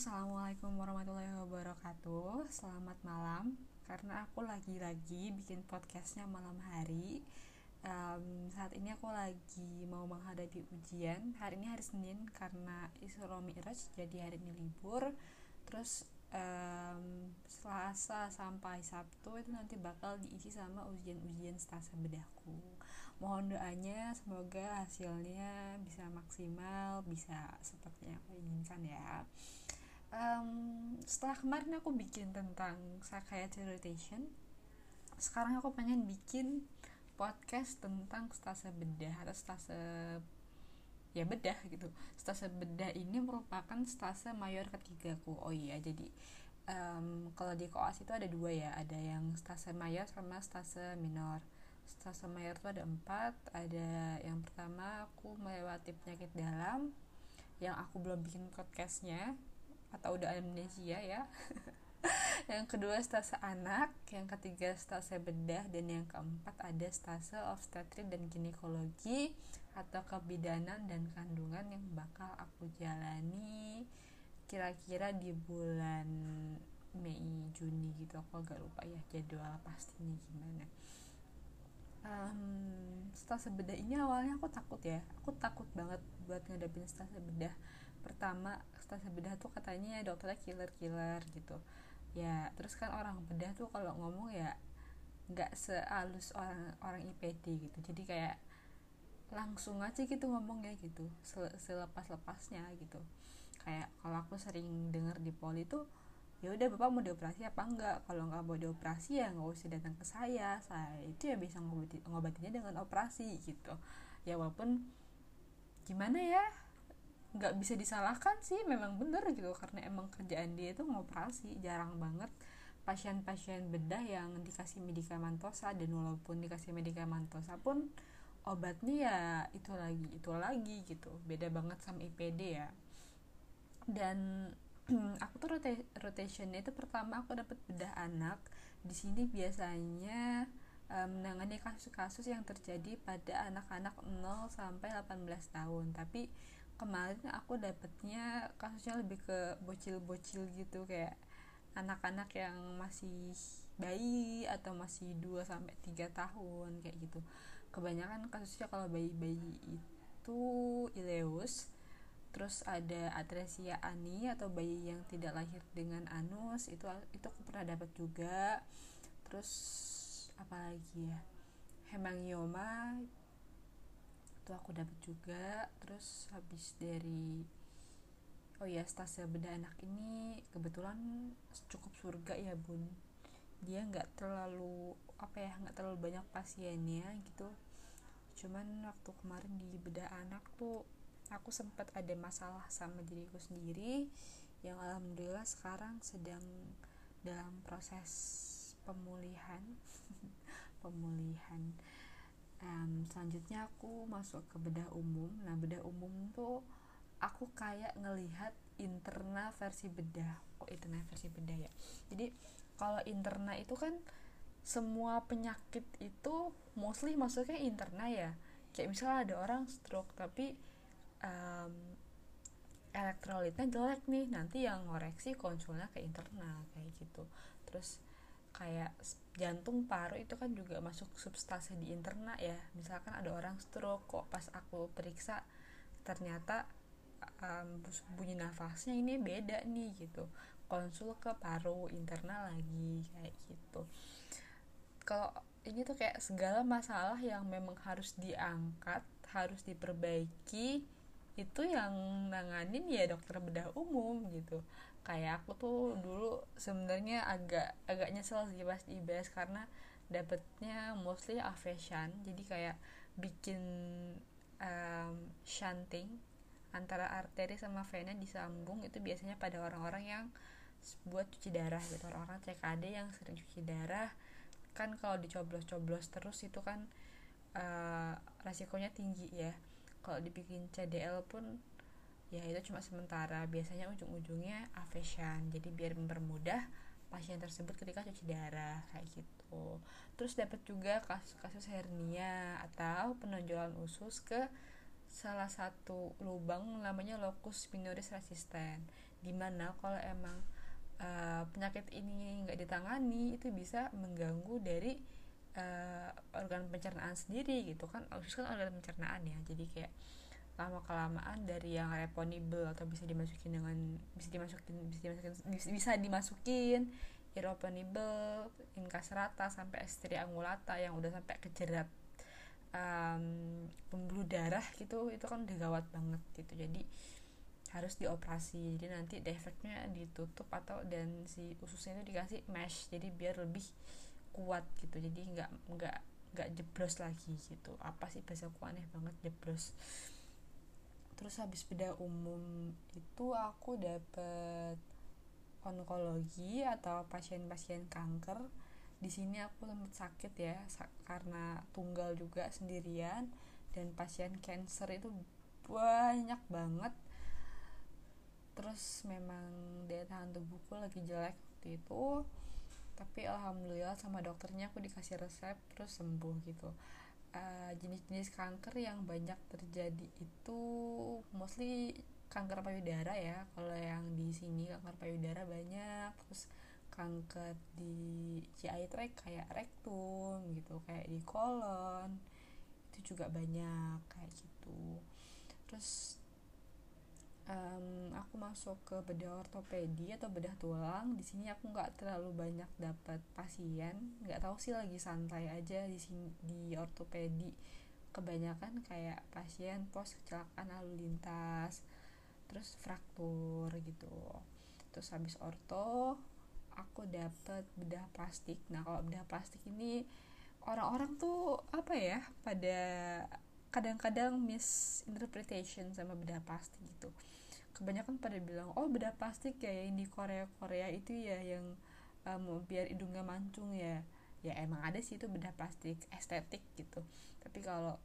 Assalamualaikum warahmatullahi wabarakatuh. Selamat malam. Karena aku lagi-lagi bikin podcastnya malam hari. Saat ini aku lagi mau menghadapi ujian. Hari ini hari Senin karena Isra Mi'raj, jadi hari ini libur. Terus Selasa sampai Sabtu itu nanti bakal diisi sama ujian-ujian stasa bedahku. Mohon doanya semoga hasilnya bisa maksimal, bisa seperti yang aku inginkan ya. Setelah kemarin aku bikin tentang psychiatry rotation, sekarang aku pengen bikin podcast tentang stase bedah atau stase bedah gitu. Stase bedah ini merupakan stase mayor ketigaku. Oh iya, jadi kalau di koas itu ada dua ya, ada yang stase mayor sama stase minor. Stase mayor itu ada 4. Ada yang pertama, aku melewati penyakit dalam, yang aku belum bikin podcastnya atau udah amnesia ya. Yang kedua stase anak, yang ketiga stase bedah, dan yang keempat ada stase obstetrik dan ginekologi atau kebidanan dan kandungan yang bakal aku jalani kira-kira di bulan Mei Juni gitu. Aku agak lupa ya jadwal pastinya gimana. Stase bedah ini awalnya aku takut banget buat ngadepin stase bedah. Pertama, stase bedah tuh katanya dokternya killer gitu ya. Terus kan orang bedah tuh kalau ngomong ya nggak sehalus orang IPD gitu, jadi kayak langsung aja gitu ngomongnya gitu, selepas-lepasnya gitu. Kayak kalau aku sering denger di poli tuh, ya udah bapak mau dioperasi apa enggak, kalau nggak mau dioperasi ya nggak usah datang ke saya itu ya bisa ngobatinnya dengan operasi gitu. Ya walaupun gimana ya, nggak bisa disalahkan sih, memang bener gitu, karena emang kerjaan dia itu ngoperasi. Jarang banget pasien-pasien bedah yang dikasih medikamentosa, dan walaupun dikasih medikamentosa pun obatnya ya itu lagi gitu. Beda banget sama IPD ya. Dan aku tuh rotationnya itu pertama aku dapat bedah anak. Di sini biasanya menangani kasus-kasus yang terjadi pada anak-anak 0 sampai 18 tahun. Tapi kemarin aku dapetnya kasusnya lebih ke bocil-bocil gitu, kayak anak-anak yang masih bayi atau masih 2 sampai 3 tahun kayak gitu. Kebanyakan kasusnya kalau bayi-bayi itu ileus. Terus ada atresia ani atau bayi yang tidak lahir dengan anus, itu aku pernah dapat juga. Terus apa lagi ya, hemangioma itu aku dapat juga. Terus habis dari stase bedah anak ini kebetulan cukup surga ya bun, dia nggak terlalu banyak pasiennya gitu. Cuman waktu kemarin di bedah anak tuh aku sempat ada masalah sama diriku sendiri, yang alhamdulillah sekarang sedang dalam proses pemulihan. Selanjutnya aku masuk ke bedah umum. Nah, bedah umum tuh aku kayak ngelihat interna versi bedah. Interna versi bedah ya. Jadi kalau interna itu kan semua penyakit itu mostly masuknya interna ya. Kayak misalnya ada orang stroke tapi elektrolitnya jelek nih, nanti yang ngoreksi konsulnya ke internal kayak gitu. Terus kayak jantung, paru itu kan juga masuk substase di interna ya. Misalkan ada orang stroke, kok pas aku periksa ternyata bunyi nafasnya ini beda nih gitu, konsul ke paru internal lagi kayak gitu. Kalau ini tuh kayak segala masalah yang memang harus diangkat, harus diperbaiki, itu yang nanganin ya dokter bedah umum gitu. Kayak aku tuh dulu sebenarnya agak nyesel sih pas IBS, karena dapetnya mostly aphasia. Jadi kayak bikin shunting antara arteri sama vena disambung, itu biasanya pada orang-orang yang buat cuci darah gitu, orang-orang CKD yang sering cuci darah. Kan kalau dicoblos-coblos terus itu kan resikonya tinggi ya. Kalau dibikin CDL pun ya itu cuma sementara, biasanya ujung-ujungnya aphasia. Jadi biar mempermudah pasien tersebut ketika cuci darah kayak gitu. Terus dapat juga kasus-kasus hernia atau penonjolan usus ke salah satu lubang namanya locus minoris resistant. dimana kalau emang penyakit ini nggak ditangani itu bisa mengganggu dari organ pencernaan sendiri gitu kan. Usus kan organ pencernaan ya, jadi kayak lama kelamaan dari yang reponibel atau bisa dimasukin irreponibel, incaserata sampai Escherichia angulata yang udah sampai ke jerat pembuluh darah gitu, itu kan udah gawat banget gitu. Jadi harus dioperasi, jadi nanti defeknya ditutup atau dan si ususnya itu dikasih mesh jadi biar lebih kuat gitu, jadi nggak jeblos lagi gitu. Apa sih bahasaku aneh banget, jeblos. Terus habis bedah umum itu aku dapet onkologi atau pasien-pasien kanker. Di sini aku sempat sakit ya karena tunggal juga sendirian, dan pasien cancer itu banyak banget. Terus memang daya tahan tubuhku lagi jelek waktu itu, tapi alhamdulillah sama dokternya aku dikasih resep terus sembuh gitu. Jenis-jenis kanker yang banyak terjadi itu mostly kanker payudara ya. Kalau yang di sini kanker payudara banyak, terus kanker di GI tract kayak rektum gitu, kayak di kolon itu juga banyak kayak gitu. Terus aku masuk ke bedah ortopedi atau bedah tulang. Di sini aku nggak terlalu banyak dapat pasien, nggak tahu sih, lagi santai aja di sini di ortopedi. Kebanyakan kayak pasien pos kecelakaan lalu lintas, terus fraktur gitu. Terus habis orto aku dapat bedah plastik. Nah kalau bedah plastik ini orang-orang tuh apa ya, pada kadang-kadang misinterpretation sama bedah plastik gitu. Kebanyakan pada bilang oh bedah plastik ya yang di Korea itu ya yang biar hidungnya mancung ya. Ya emang ada sih itu bedah plastik estetik gitu, tapi kalau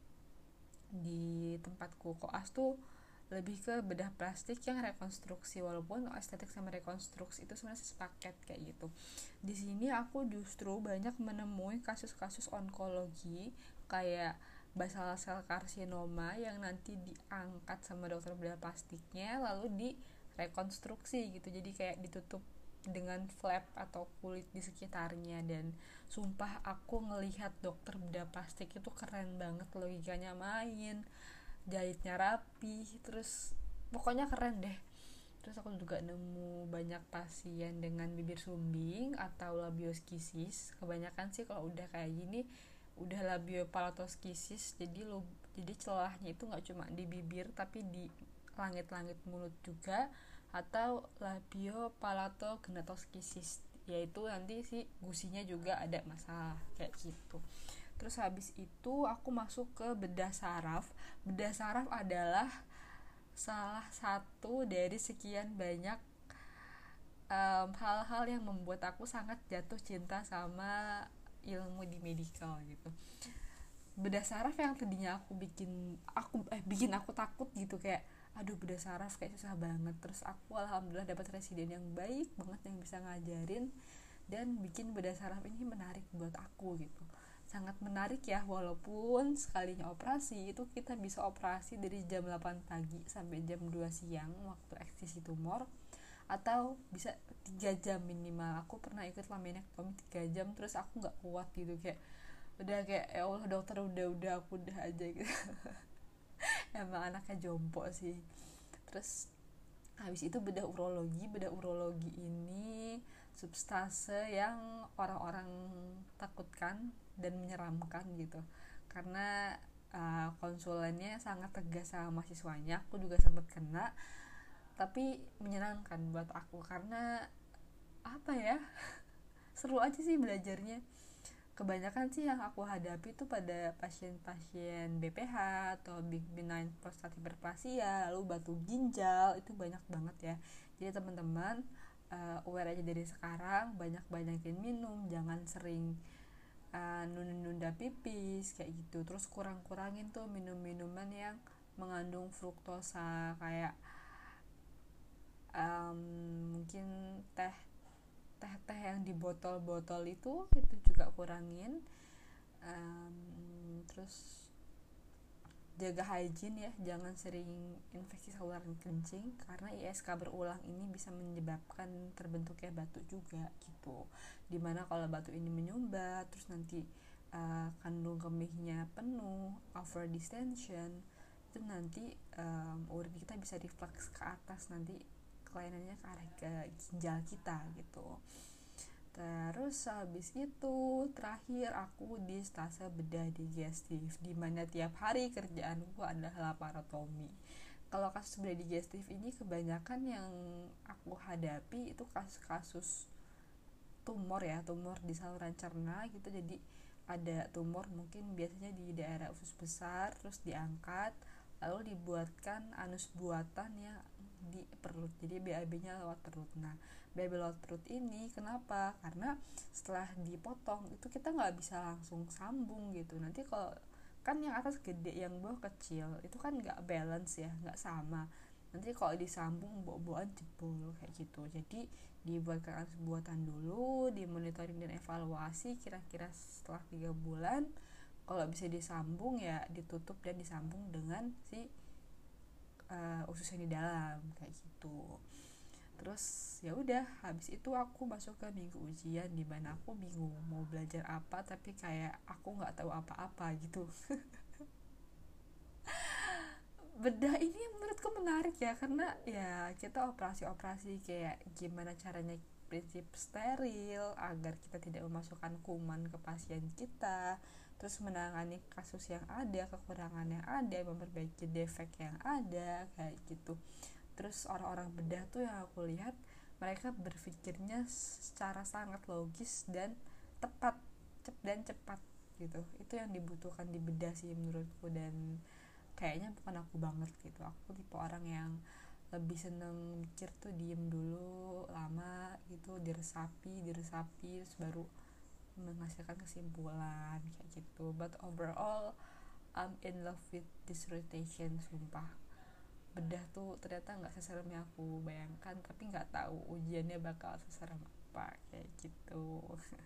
di tempatku koas tuh lebih ke bedah plastik yang rekonstruksi, walaupun estetik sama rekonstruksi itu sebenarnya sepaket kayak gitu. Di sini aku justru banyak menemui kasus-kasus onkologi kayak basal sel karsinoma yang nanti diangkat sama dokter bedah plastiknya lalu direkonstruksi gitu, jadi kayak ditutup dengan flap atau kulit di sekitarnya. Dan sumpah aku ngelihat dokter bedah plastik itu keren banget, logikanya main, jahitnya rapi, terus pokoknya keren deh. Terus aku juga nemu banyak pasien dengan bibir sumbing atau labioskisis. Kebanyakan sih kalau udah kayak gini udah labiopalatoskisis, jadi celahnya itu nggak cuma di bibir tapi di langit-langit mulut juga, atau labiopalatognatoskisis, yaitu nanti si gusinya juga ada masalah kayak gitu. Terus habis itu aku masuk ke bedah saraf. Bedah saraf adalah salah satu dari sekian banyak hal-hal yang membuat aku sangat jatuh cinta sama ilmu di medical gitu. Bedah saraf yang tadinya bikin aku takut gitu, kayak aduh bedah saraf kayak susah banget. Terus aku alhamdulillah dapat residen yang baik banget yang bisa ngajarin dan bikin bedah saraf ini menarik buat aku gitu. Sangat menarik ya, walaupun sekalinya operasi itu kita bisa operasi dari jam 8 pagi sampai jam 2 siang waktu eksisi tumor, atau bisa 3 jam minimal. Aku pernah ikut laminektomi 3 jam terus aku gak kuat gitu, kayak udah kayak ya Allah dokter udah aku udah aja gitu. Emang anaknya jompo sih. Terus habis itu bedah urologi ini substase yang orang-orang takutkan dan menyeramkan gitu, karena konsulennya sangat tegas sama mahasiswanya. Aku juga sempat kena, tapi menyenangkan buat aku karena apa ya, seru aja sih belajarnya. Kebanyakan sih yang aku hadapi itu pada pasien-pasien BPH atau benign prostatic hyperplasia, lalu batu ginjal, itu banyak banget ya. Jadi teman-teman aware aja dari sekarang, banyak-banyakin minum, jangan sering nunda pipis kayak gitu. Terus kurang-kurangin tuh minum-minuman yang mengandung fruktosa kayak mungkin teh yang di botol-botol itu juga kurangin. Terus jaga hygiene ya, jangan sering infeksi saluran kencing karena ISK berulang ini bisa menyebabkan terbentuknya batu juga gitu. Dimana kalau batu ini menyumbat terus nanti kandung kemihnya penuh, over distension, itu nanti urin kita bisa refleks ke atas, nanti kelainannya ke arah ke ginjal kita gitu. Terus habis itu terakhir aku di stase bedah digestif, dimana tiap hari kerjaanku adalah laparotomi. Kalau kasus bedah digestif ini kebanyakan yang aku hadapi itu kasus-kasus tumor ya, tumor di saluran cerna gitu. Jadi ada tumor mungkin biasanya di daerah usus besar, terus diangkat lalu dibuatkan anus buatan yang di perut, jadi BAB-nya lewat perut. Nah, BAB lewat perut ini kenapa? Karena setelah dipotong itu kita nggak bisa langsung sambung gitu. Nanti kalau kan yang atas gede, yang bawah kecil, itu kan nggak balance ya, nggak sama. Nanti kalau disambung bau-bauan jebol kayak gitu. Jadi dibuatkan anus buatan dulu, dimonitoring dan evaluasi kira-kira setelah 3 bulan. Kalau bisa disambung ya ditutup dan disambung dengan si usus yang di dalam kayak gitu. Terus ya udah, habis itu aku masuk ke minggu ujian, di mana aku bingung mau belajar apa, tapi kayak aku nggak tahu apa-apa gitu. Bedah ini menurutku menarik ya, karena ya kita operasi-operasi kayak gimana caranya prinsip steril agar kita tidak memasukkan kuman ke pasien kita, terus menangani kasus yang ada, kekurangan yang ada, memperbaiki defek yang ada kayak gitu. Terus orang-orang bedah tuh yang aku lihat, mereka berpikirnya secara sangat logis dan tepat, cepat gitu. Itu yang dibutuhkan di bedah sih menurutku, dan kayaknya bukan aku banget gitu. Aku tipe orang yang lebih seneng mikir tuh, diem dulu lama gitu, diresapi terus baru menghasilkan kesimpulan kayak gitu. But overall I'm in love with this rotation, sumpah. Bedah tuh ternyata nggak seserem yang aku bayangkan, tapi nggak tahu ujiannya bakal seserem apa kayak gitu.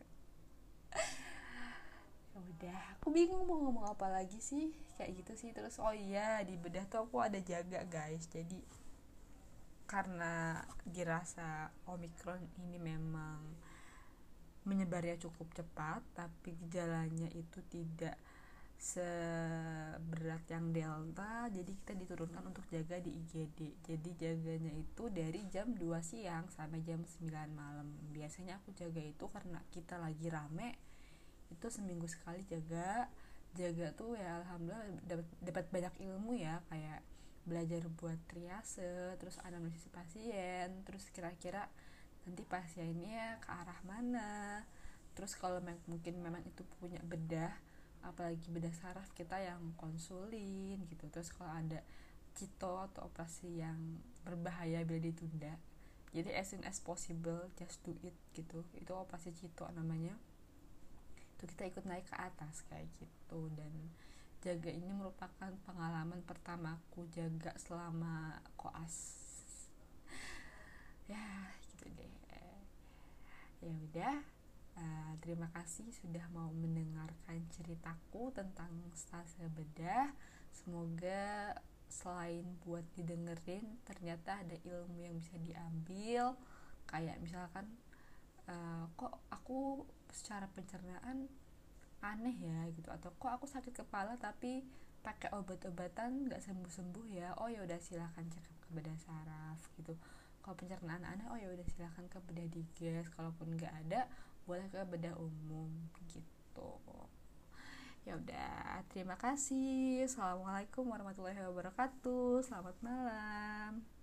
Ya udah, aku bingung mau ngomong apa lagi sih, kayak gitu sih. Terus oh iya, di bedah tuh aku ada jaga guys, jadi karena dirasa Omicron ini memang menyebarnya cukup cepat, tapi gejalanya itu tidak seberat yang Delta, jadi kita diturunkan untuk jaga di IGD. Jadi jaganya itu dari jam 2 siang sampai jam 9 malam. Biasanya aku jaga itu karena kita lagi rame, itu seminggu sekali jaga tuh ya. Alhamdulillah dapat banyak ilmu ya, kayak belajar buat triase, terus anamnesis pasien, terus kira-kira nanti pasiennya ke arah mana. Terus kalau mungkin memang itu punya bedah, apalagi bedah saraf, kita yang konsulin gitu. Terus kalau ada cito atau operasi yang berbahaya bila ditunda, jadi as soon as possible just do it gitu. Itu operasi cito namanya. Itu kita ikut naik ke atas kayak gitu. Dan jaga ini merupakan pengalaman pertamaku jaga selama koas. Ya gitu deh. Ya udah, terima kasih sudah mau mendengarkan ceritaku tentang stase bedah. Semoga selain buat didengerin, ternyata ada ilmu yang bisa diambil. Kayak misalkan kok aku secara pencernaan aneh ya gitu, atau kok aku sakit kepala tapi pakai obat-obatan nggak sembuh-sembuh ya. Oh ya udah, silahkan cek ke bedah saraf gitu. Kalau pencernaan aneh, oh ya udah silahkan ke bedah diges. Kalaupun nggak ada, boleh ke bedah umum gitu. Ya udah, terima kasih. Assalamualaikum warahmatullahi wabarakatuh. Selamat malam.